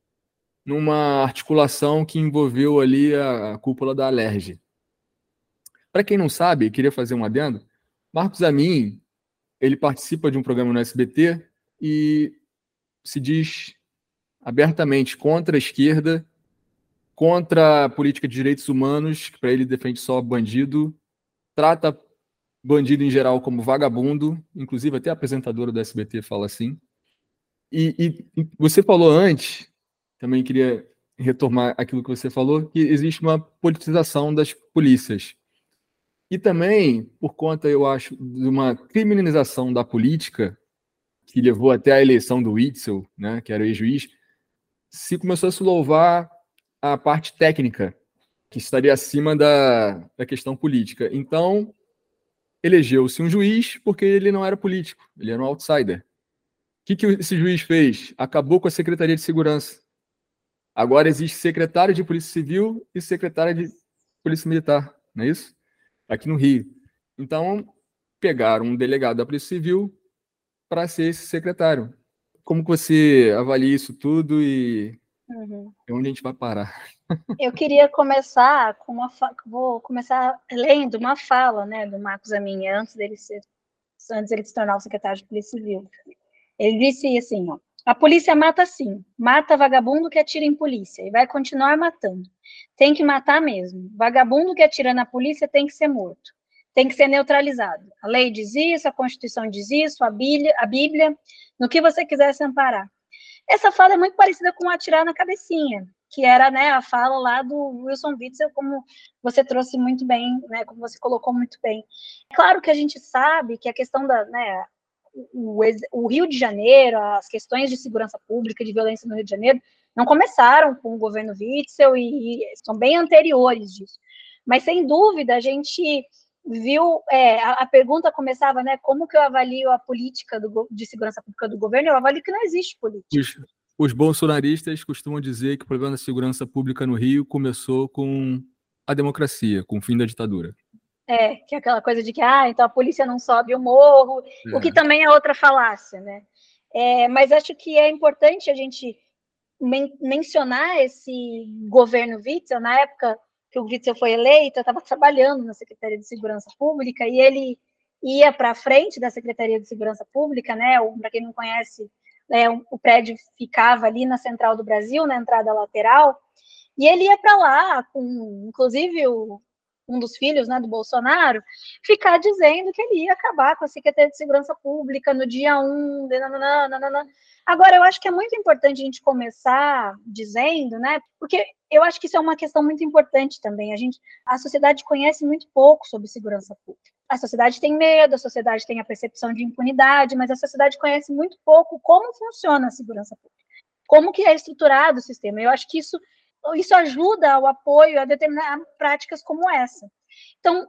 numa articulação que envolveu ali a, a cúpula da Alerj. Para quem não sabe, queria fazer um adendo, Marcos Amin, ele participa de um programa no S B T e se diz abertamente contra a esquerda, contra a política de direitos humanos, que para ele defende só bandido, trata bandido em geral como vagabundo, inclusive até a apresentadora do S B T fala assim. E, e você falou antes, também queria retomar aquilo que você falou, que existe uma politização das polícias. E também, por conta, eu acho, de uma criminalização da política, que levou até a eleição do Witzel, né, que era o ex-juiz, se começou a se louvar a parte técnica, que estaria acima da, da questão política. Então, elegeu-se um juiz porque ele não era político, ele era um outsider. O que, que esse juiz fez? Acabou com a Secretaria de Segurança. Agora existe secretário de Polícia Civil e secretária de Polícia Militar, não é isso? Aqui no Rio. Então, pegaram um delegado da Polícia Civil para ser esse secretário. Como que você avalia isso tudo e uhum. onde a gente vai parar? Eu queria começar com uma fa... vou começar lendo uma fala, né, do Marcos Amin, antes dele ser, antes dele se tornar o secretário de Polícia Civil. Ele disse assim, ó, a polícia mata sim, mata vagabundo que atira em polícia e vai continuar matando. Tem que matar mesmo. Vagabundo que atira na polícia tem que ser morto. Tem que ser neutralizado. A lei diz isso, a Constituição diz isso, a Bíblia, a Bíblia, no que você quiser se amparar. Essa fala é muito parecida com atirar na cabecinha, que era, né, a fala lá do Wilson Witzel, como você trouxe muito bem, né, como você colocou muito bem. Claro que a gente sabe que a questão da, né, o, o Rio de Janeiro, as questões de segurança pública, de violência no Rio de Janeiro, não começaram com o governo Witzel e, e são bem anteriores disso. Mas, sem dúvida, a gente viu, é, a, a pergunta começava, né, como que eu avalio a política do, de segurança pública do governo? Eu avalio que não existe política. Os, os bolsonaristas costumam dizer que o problema da segurança pública no Rio começou com a democracia, com o fim da ditadura. É, que é aquela coisa de que, ah, então a polícia não sobe o morro, é. O que também é outra falácia, né? É, mas acho que é importante a gente men mencionar esse governo Witzel. Na época que o Witzel foi eleito, eu estava trabalhando na Secretaria de Segurança Pública, e ele ia para frente da Secretaria de Segurança Pública, né? Para quem não conhece, é, o prédio ficava ali na Central do Brasil, na entrada lateral, e ele ia para lá, com, inclusive, o, um dos filhos, né, do Bolsonaro, ficar dizendo que ele ia acabar com a Secretaria de Segurança Pública no dia um, nananana. Agora, eu acho que é muito importante a gente começar dizendo, né, porque eu acho que isso é uma questão muito importante também. A gente, a sociedade conhece muito pouco sobre segurança pública. A sociedade tem medo, a sociedade tem a percepção de impunidade, mas a sociedade conhece muito pouco como funciona a segurança pública, como que é estruturado o sistema. Eu acho que isso, isso ajuda ao apoio a determinar práticas como essa. Então,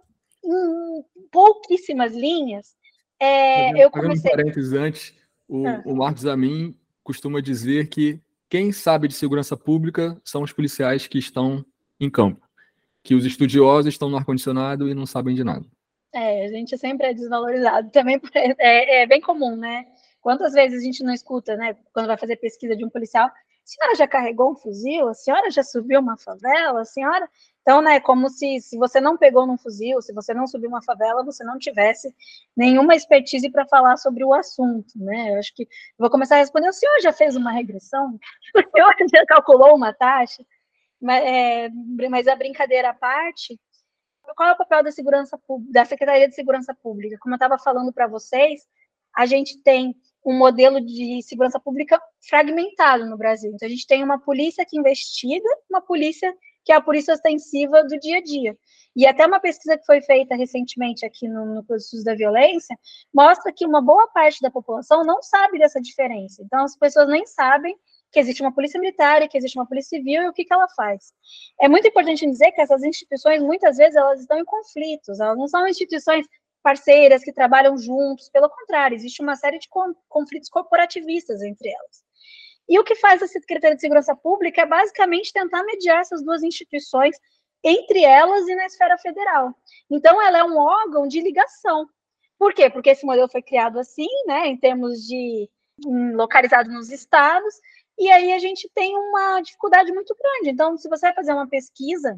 em pouquíssimas linhas, é, fazendo, eu comecei... comecei... um parênteses antes, o, ah. o Marcos Amin costuma dizer que quem sabe de segurança pública são os policiais que estão em campo, que os estudiosos estão no ar-condicionado e não sabem de nada. É, a gente sempre é desvalorizado, também é, é bem comum, né? Quantas vezes a gente não escuta, né, quando vai fazer pesquisa de um policial, a senhora já carregou um fuzil? A senhora já subiu uma favela? A senhora... Então, né, como se, se você não pegou num fuzil, se você não subiu uma favela, você não tivesse nenhuma expertise para falar sobre o assunto, né? Eu acho que vou começar a responder, o senhor já fez uma regressão? O senhor já calculou uma taxa? Mas, é, mas a brincadeira à parte, qual é o papel da segurança pública, da Secretaria de Segurança Pública? Como eu estava falando para vocês, a gente tem um modelo de segurança pública fragmentado no Brasil. Então, a gente tem uma polícia que investiga, uma polícia que é a polícia ostensiva do dia a dia. E até uma pesquisa que foi feita recentemente aqui no, no Estudos da Violência mostra que uma boa parte da população não sabe dessa diferença. Então, as pessoas nem sabem que existe uma polícia militar e que existe uma polícia civil e o que, que ela faz. É muito importante dizer que essas instituições, muitas vezes, elas estão em conflitos, elas não são instituições parceiras que trabalham juntos, pelo contrário, existe uma série de conflitos corporativistas entre elas. E o que faz a Secretaria de Segurança Pública é basicamente tentar mediar essas duas instituições entre elas e na esfera federal. Então, ela é um órgão de ligação. Por quê? Porque esse modelo foi criado assim, né, em termos de localizado nos estados, e aí a gente tem uma dificuldade muito grande. Então, se você vai fazer uma pesquisa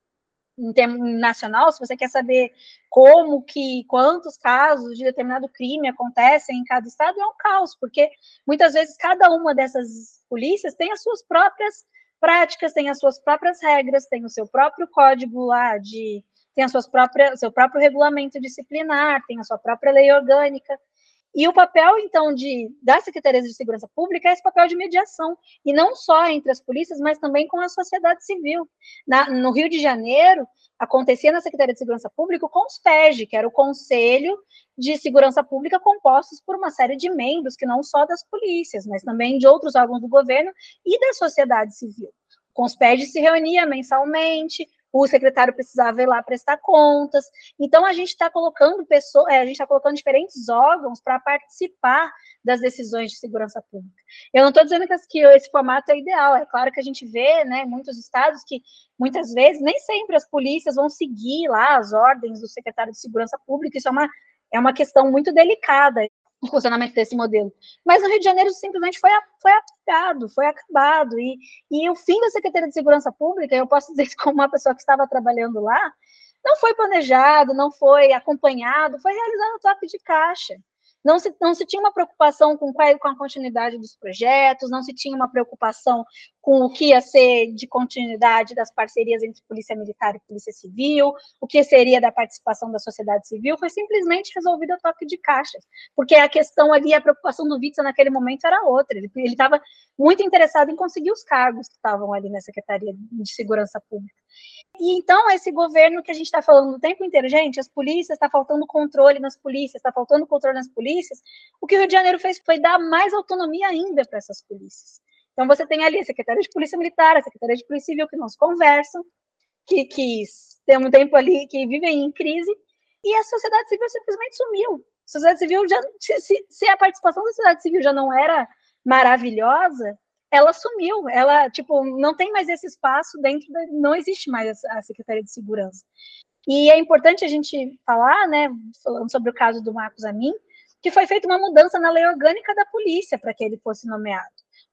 em termo nacional, se você quer saber como que, quantos casos de determinado crime acontecem em cada estado, é um caos, porque muitas vezes cada uma dessas polícias tem as suas próprias práticas, tem as suas próprias regras, tem o seu próprio código lá, de, tem a suas próprias, seu próprio regulamento disciplinar, tem a sua própria lei orgânica. E o papel, então, de, da Secretaria de Segurança Pública é esse papel de mediação, e não só entre as polícias, mas também com a sociedade civil. Na, no Rio de Janeiro, acontecia na Secretaria de Segurança Pública o CONSPERJ, que era o Conselho de Segurança Pública, compostos por uma série de membros, que não só das polícias, mas também de outros órgãos do governo e da sociedade civil. O CONSPERJ se reunia mensalmente, o secretário precisava ir lá prestar contas. Então, a gente está colocando pessoas, a gente está colocando diferentes órgãos para participar das decisões de segurança pública. Eu não estou dizendo que esse formato é ideal, é claro que a gente vê, né, muitos estados que, muitas vezes, nem sempre as polícias vão seguir lá as ordens do secretário de Segurança Pública, isso é uma, é uma questão muito delicada, o funcionamento desse modelo. Mas no Rio de Janeiro simplesmente foi, foi apagado, foi acabado, e, e o fim da Secretaria de Segurança Pública, eu posso dizer isso como uma pessoa que estava trabalhando lá, não foi planejado, não foi acompanhado, foi realizado a toque de caixa. Não se, não se tinha uma preocupação com, qual, com a continuidade dos projetos, não se tinha uma preocupação com o que ia ser de continuidade das parcerias entre Polícia Militar e Polícia Civil, o que seria da participação da sociedade civil, foi simplesmente resolvido a toque de caixa, porque a questão ali, a preocupação do Witzel naquele momento era outra, ele estava muito interessado em conseguir os cargos que estavam ali na Secretaria de Segurança Pública. E então, esse governo que a gente está falando o tempo inteiro, gente, as polícias, está faltando controle nas polícias, está faltando controle nas polícias, o que o Rio de Janeiro fez foi dar mais autonomia ainda para essas polícias. Então, você tem ali a Secretaria de Polícia Militar, a Secretaria de Polícia Civil, que não se conversam, que, que tem um tempo ali que vivem em crise, e a sociedade civil simplesmente sumiu. A sociedade civil, já, se, se a participação da sociedade civil já não era maravilhosa, ela sumiu, ela, tipo, não tem mais esse espaço dentro, da, não existe mais a Secretaria de Segurança. E é importante a gente falar, né, falando sobre o caso do Marcos Amin, que foi feita uma mudança na lei orgânica da polícia para que ele fosse nomeado.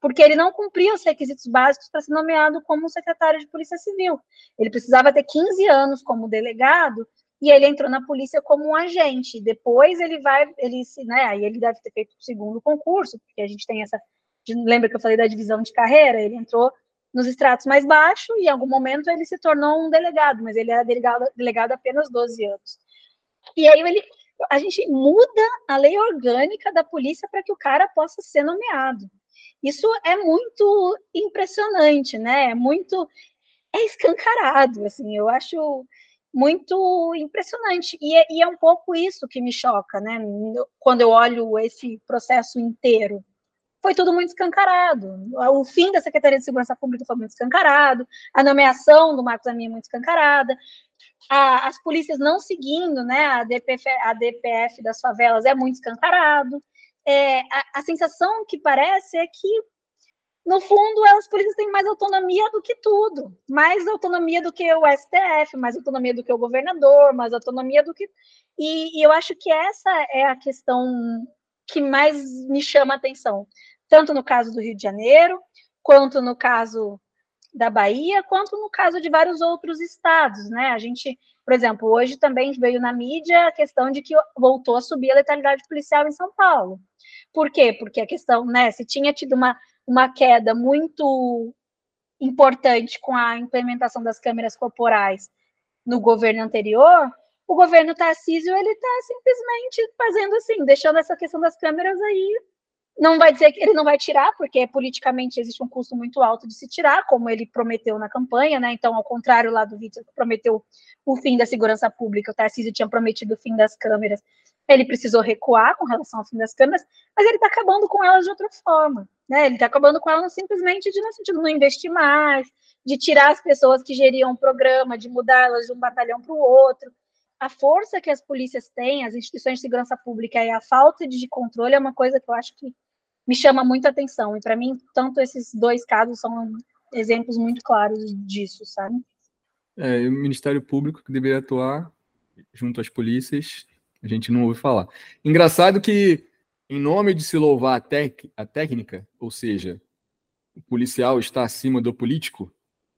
porque ele não cumpria os requisitos básicos para ser nomeado como secretário de Polícia Civil. Ele precisava ter quinze anos como delegado, e ele entrou na polícia como um agente. Depois ele vai, ele se, né, aí ele deve ter feito o segundo concurso, porque a gente tem essa, lembra que eu falei da divisão de carreira? Ele entrou nos estratos mais baixos e em algum momento ele se tornou um delegado, mas ele era delegado, delegado apenas doze anos. E aí ele, a gente muda a lei orgânica da polícia para que o cara possa ser nomeado. Isso é muito impressionante, né? É muito, é escancarado, assim, eu acho muito impressionante. E é, e é um pouco isso que me choca, né? Quando eu olho esse processo inteiro. Foi tudo muito escancarado. O fim da Secretaria de Segurança Pública foi muito escancarado, a nomeação do Marcos Amin é muito escancarada, a, as polícias não seguindo, né, a D P F, a D P F das favelas é muito escancarado. É, a, a sensação que parece é que, no fundo, as polícias têm mais autonomia do que tudo, mais autonomia do que o S T F, mais autonomia do que o governador, mais autonomia do que... E, e eu acho que essa é a questão que mais me chama a atenção, tanto no caso do Rio de Janeiro, quanto no caso da Bahia, quanto no caso de vários outros estados, né? A gente, por exemplo, hoje também veio na mídia a questão de que voltou a subir a letalidade policial em São Paulo. Por quê? Porque a questão, né, se tinha tido uma, uma queda muito importante com a implementação das câmeras corporais no governo anterior, o governo Tarcísio, ele está simplesmente fazendo assim, deixando essa questão das câmeras aí. Não vai dizer que ele não vai tirar, porque politicamente existe um custo muito alto de se tirar, como ele prometeu na campanha, né? Então, ao contrário lá do Witzel, que prometeu o fim da segurança pública, o Tarcísio tinha prometido o fim das câmeras, ele precisou recuar com relação ao fim das câmeras, mas ele está acabando com elas de outra forma, né? Ele está acabando com elas simplesmente de, no sentido de não investir mais, de tirar as pessoas que geriam o programa, de mudá-las de um batalhão para o outro. A força que as polícias têm, as instituições de segurança pública e a falta de controle é uma coisa que eu acho que me chama muita atenção. E, para mim, tanto esses dois casos são exemplos muito claros disso, sabe? É, o Ministério Público que deveria atuar junto às polícias, a gente não ouve falar. Engraçado que, em nome de se louvar a, tec a técnica, ou seja, o policial está acima do político,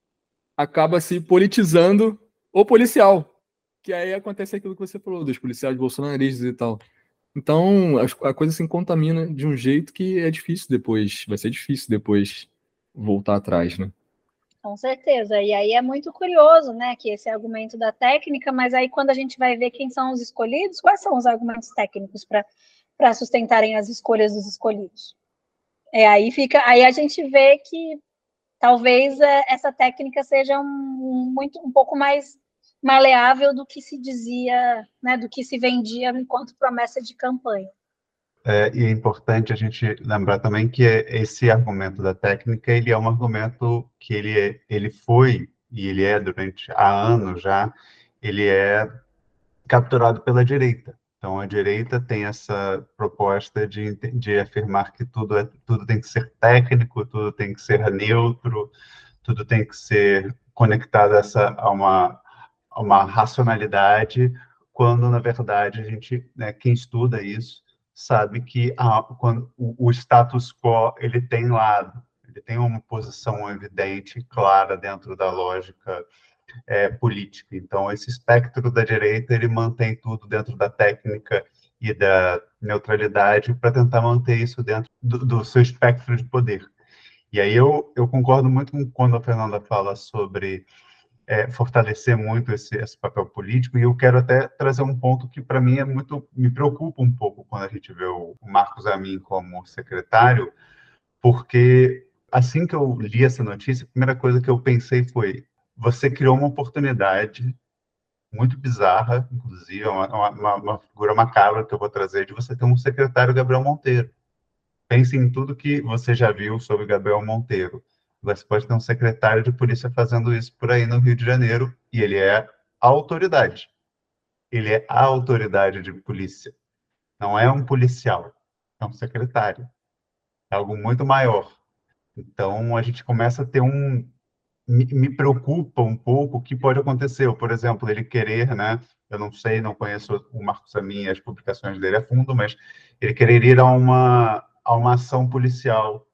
acaba se politizando o policial. Que aí acontece aquilo que você falou, dos policiais bolsonaristas e tal. Então, a, a coisa se contamina de um jeito que é difícil depois, vai ser difícil depois voltar atrás, né? Com certeza, e aí é muito curioso, né, que esse argumento da técnica, mas aí quando a gente vai ver quem são os escolhidos, quais são os argumentos técnicos para sustentarem as escolhas dos escolhidos? É, aí, fica, aí a gente vê que talvez é, essa técnica seja um, muito, um pouco mais maleável do que se dizia, né, do que se vendia enquanto promessa de campanha. É, e é importante a gente lembrar também que esse argumento da técnica, ele é um argumento que ele, é, ele foi, e ele é durante há anos já, ele é capturado pela direita. Então, a direita tem essa proposta de, de afirmar que tudo, é, tudo tem que ser técnico, tudo tem que ser neutro, tudo tem que ser conectado a, essa, a uma uma racionalidade, quando, na verdade, a gente, né, quem estuda isso, sabe que a, quando, o, o status quo, ele tem lado, ele tem uma posição evidente, clara, dentro da lógica é, política. Então, esse espectro da direita, ele mantém tudo dentro da técnica e da neutralidade para tentar manter isso dentro do, do seu espectro de poder. E aí eu, eu concordo muito com quando a Fernanda fala sobre É, fortalecer muito esse, esse papel político, e eu quero até trazer um ponto que, para mim, é muito, me preocupa um pouco quando a gente vê o, o Marcos Amin como secretário, porque assim que eu li essa notícia, a primeira coisa que eu pensei foi: você criou uma oportunidade muito bizarra, inclusive, uma, uma, uma figura macabra que eu vou trazer, de você ter um secretário Gabriel Monteiro. Pense em tudo que você já viu sobre Gabriel Monteiro. Você pode ter um secretário de polícia fazendo isso por aí no Rio de Janeiro, e ele é a autoridade. Ele é a autoridade de polícia. Não é um policial, é um secretário. É algo muito maior. Então, a gente começa a ter um... Me, me preocupa um pouco o que pode acontecer. Por exemplo, ele querer, né? Eu não sei, não conheço o Marcos Amin e as publicações dele a fundo, mas ele querer ir a uma, a uma ação policial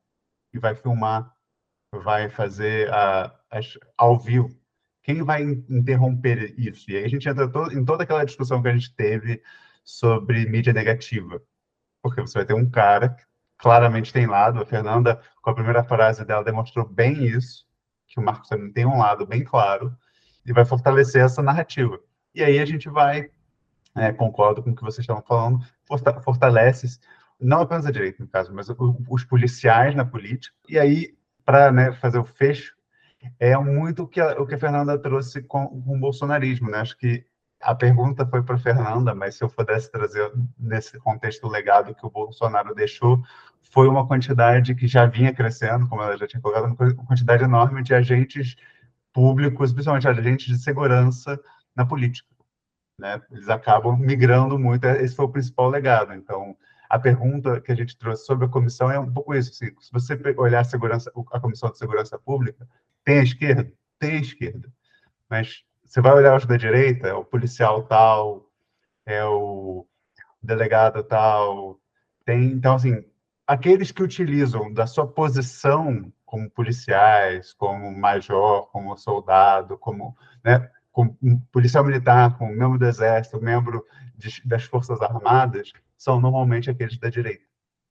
e vai filmar, vai fazer a, as, ao vivo? Quem vai interromper isso? E aí a gente entra to- em toda aquela discussão que a gente teve sobre mídia negativa. Porque você vai ter um cara que claramente tem lado, a Fernanda, com a primeira frase dela, demonstrou bem isso, que o Marcos também tem um lado bem claro, e vai fortalecer essa narrativa. E aí a gente vai, é, concordo com o que vocês estavam falando, fortalece, não apenas a direita, no caso, mas os policiais na política. E aí, para, né, fazer o fecho, é muito o que a, o que a Fernanda trouxe com, com o bolsonarismo, né? Acho que a pergunta foi para a Fernanda, mas se eu pudesse trazer nesse contexto o legado que o Bolsonaro deixou, foi uma quantidade que já vinha crescendo, como ela já tinha colocado, uma quantidade enorme de agentes públicos, principalmente agentes de segurança na política, né? Eles acabam migrando muito, esse foi o principal legado. Então, a pergunta que a gente trouxe sobre a comissão é um pouco isso. Assim, se você olhar a, segurança, a Comissão de Segurança Pública, tem a esquerda? Tem a esquerda. Mas você vai olhar os da direita, é o policial tal, é o delegado tal. Tem, então, assim, aqueles que utilizam da sua posição como policiais, como major, como soldado, como, né, como um policial militar, como membro do Exército, membro de, das Forças Armadas, são normalmente aqueles da direita.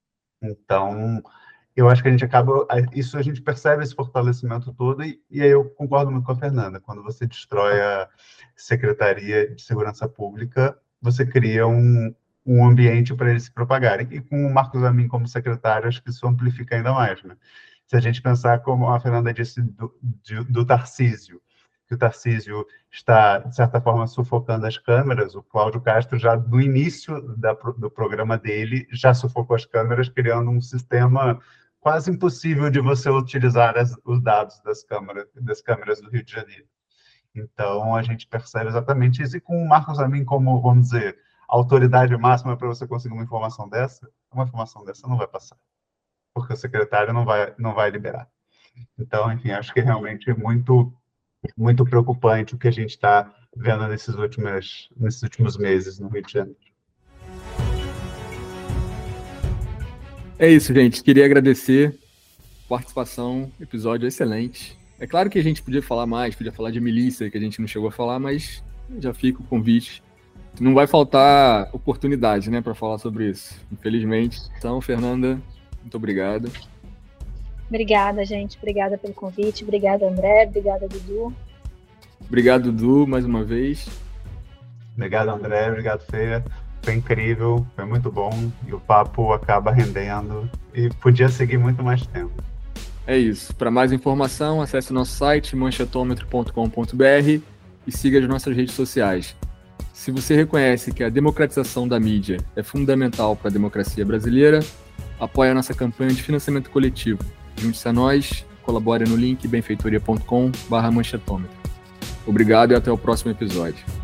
Então, eu acho que a gente acaba, isso a gente percebe esse fortalecimento todo, e, e aí eu concordo muito com a Fernanda, quando você destrói a Secretaria de Segurança Pública, você cria um, um ambiente para eles se propagarem, e com o Marcos Amin como secretário, acho que isso amplifica ainda mais, né? Se a gente pensar, como a Fernanda disse, do, do, do Tarcísio, que o Tarcísio está, de certa forma, sufocando as câmeras, o Cláudio Castro, já no início da, do programa dele, já sufocou as câmeras, criando um sistema quase impossível de você utilizar as, os dados das câmeras, das câmeras do Rio de Janeiro. Então, a gente percebe exatamente isso, e com o Marcos Amin como, vamos dizer, autoridade máxima para você conseguir uma informação dessa, uma informação dessa não vai passar, porque o secretário não vai, não vai liberar. Então, enfim, acho que é realmente muito, muito preocupante o que a gente está vendo nesses últimos, nesses últimos meses no Rio de Janeiro. É isso, gente. Queria agradecer a participação, episódio excelente. É claro que a gente podia falar mais, podia falar de milícia, que a gente não chegou a falar, mas já fica o convite. Não vai faltar oportunidade, né, para falar sobre isso, infelizmente. Então, Fernanda, muito obrigado. Obrigada, gente. Obrigada pelo convite. Obrigada, André. Obrigada, Dudu. Obrigado, Dudu, mais uma vez. Obrigado, André. Obrigado, Fê. Foi incrível, foi muito bom, e o papo acaba rendendo, e podia seguir muito mais tempo. É isso. Para mais informação, acesse o nosso site, manchetômetro ponto com ponto b r, e siga as nossas redes sociais. Se você reconhece que a democratização da mídia é fundamental para a democracia brasileira, apoie a nossa campanha de financiamento coletivo. Junte-se a nós, colabore no link benfeitoria ponto com barra manchetômetro. Obrigado e até o próximo episódio.